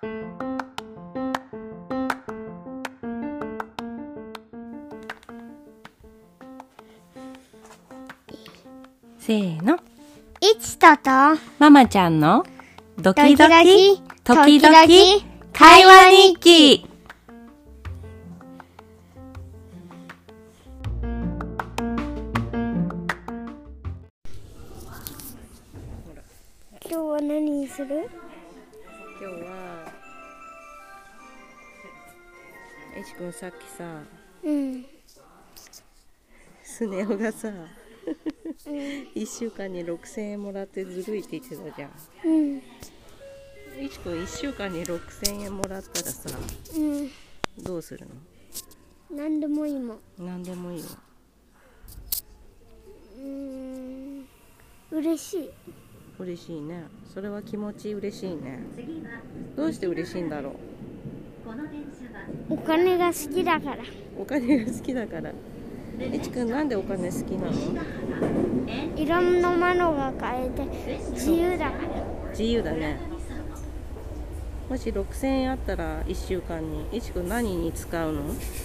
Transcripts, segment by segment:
せーの。 いちととママちゃんのドキドキ時々 会話日記。今日は何にする？ 今日はえちくんさっきさ、スネ夫がさ、1週間に6000円もらってずるいって言ってたじゃん。えちくん1週間に6000円もらったらさ、どうするの？ 何でもいいもん。 何でもいいの？ 嬉しい。 嬉しいね。それは気持ち嬉しいね。どうして嬉しいんだろう？ お金が好きだから。 お金が好きだから。えちくんなんでお金好きなの？ いろんなものが買えて自由だから。 自由だね。もし6000円あったら1週間にえちくん何に使うの？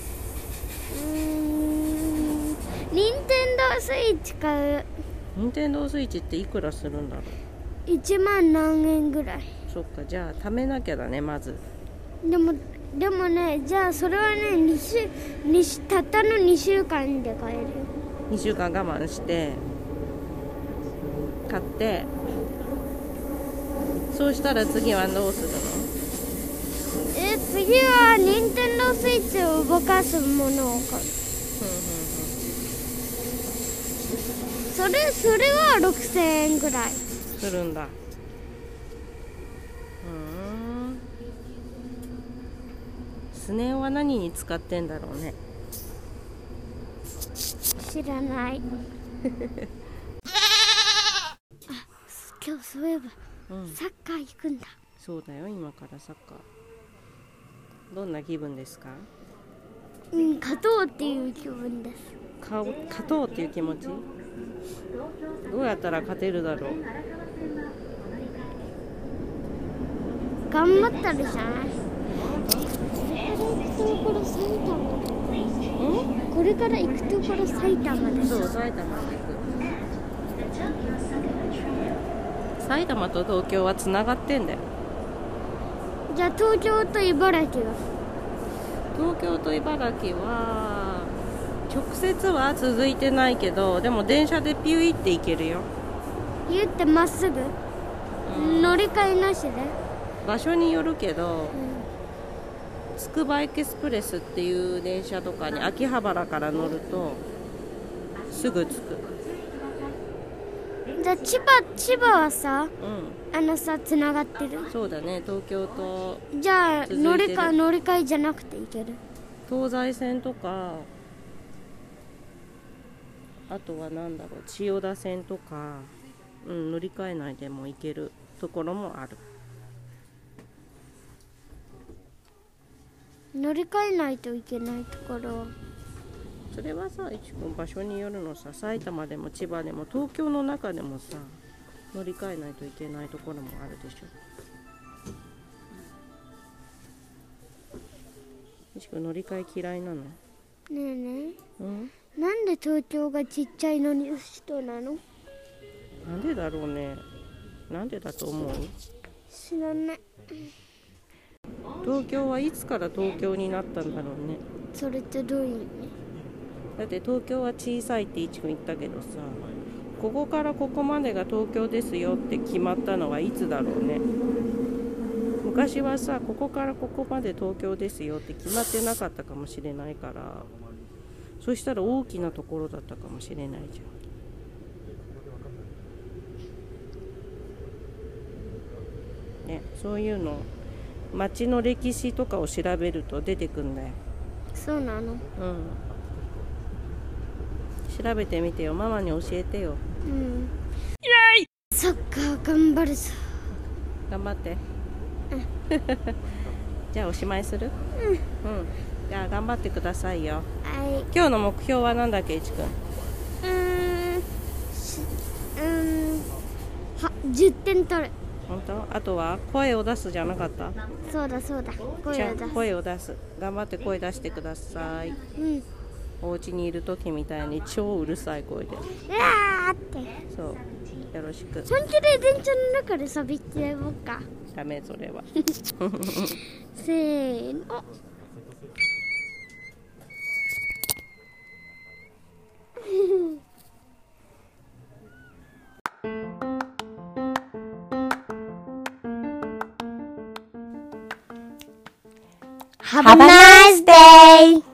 ニンテンドースイッチ買う。 ニンテンドースイッチっていくらするんだろう ？1万何円ぐらい。 そっか、じゃあ貯めなきゃだね、まず。 でもね、じゃあそれはね、たったの2週間で買えるよ。 2週間我慢して買って、そうしたら次はどうするの？ 次はニンテンドースイッチを動かすものを買う。それは6000円ぐらいするんだ。スネ夫は何に使ってんだろうね。 知らない。今日そういえば、サッカー行くんだ。 そうだよ、今からサッカー。どんな気分ですか？ 勝とうっていう気分です。 勝とうっていう気持ち？どうやったら勝てるだろう？ 頑張ったらじゃない？これから行くところ埼玉です。 そう、埼玉に行く。埼玉と東京はつながってんだよ。 じゃあ東京と茨城は？ 東京と茨城は直接は続いてないけど、でも電車でピュイって行けるよ。 ピュってまっすぐ？乗り換えなしで？ 場所によるけど、つくばエクスプレスっていう電車とかに秋葉原から乗るとすぐ着く。 じゃあ千葉はさ、つながってる？ そうだね、東京と。 じゃあ乗り換えじゃなくて行ける？ 東西線とか、あとはなんだろう、千代田線とか、乗り換えないでも行けるところもある。 乗り換えないといけないところは？ それはさ、一君場所によるのさ。埼玉でも千葉でも東京の中でもさ、乗り換えないといけないところもあるでしょ。一君乗り換え嫌いなの？ねえねえ、なんで東京がちっちゃいのに首都なの？ なんでだろうね。なんでだと思う？ 知らない。 東京はいつから東京になったんだろうね。 それってどういう意味？ だって東京は小さいって一君言ったけどさ、ここからここまでが東京ですよって決まったのはいつだろうね。昔はさ、ここからここまで東京ですよって決まってなかったかもしれないから、そしたら大きなところだったかもしれないじゃん。ね、そういうの町の歴史とかを調べると出てくんだよ。 そうなの？ 調べてみてよ。ママに教えてよ。イエイ！ サッカー頑張るぞ。 頑張って。じゃあおしまいする？じゃあ頑張ってくださいよ。今日の目標は何だっけ、いちくん 10点取る。 本当？あとは声を出すじゃなかった？ そうだそうだ、 じゃあ声を出す。 声を出す。頑張って声出してください。 うん。 お家にいる時みたいに超うるさい声で。 うわーって。 そう。よろしく。 本気で電車の中で喋ってやろうか。 ダメそれは。 せーの。Have a nice day!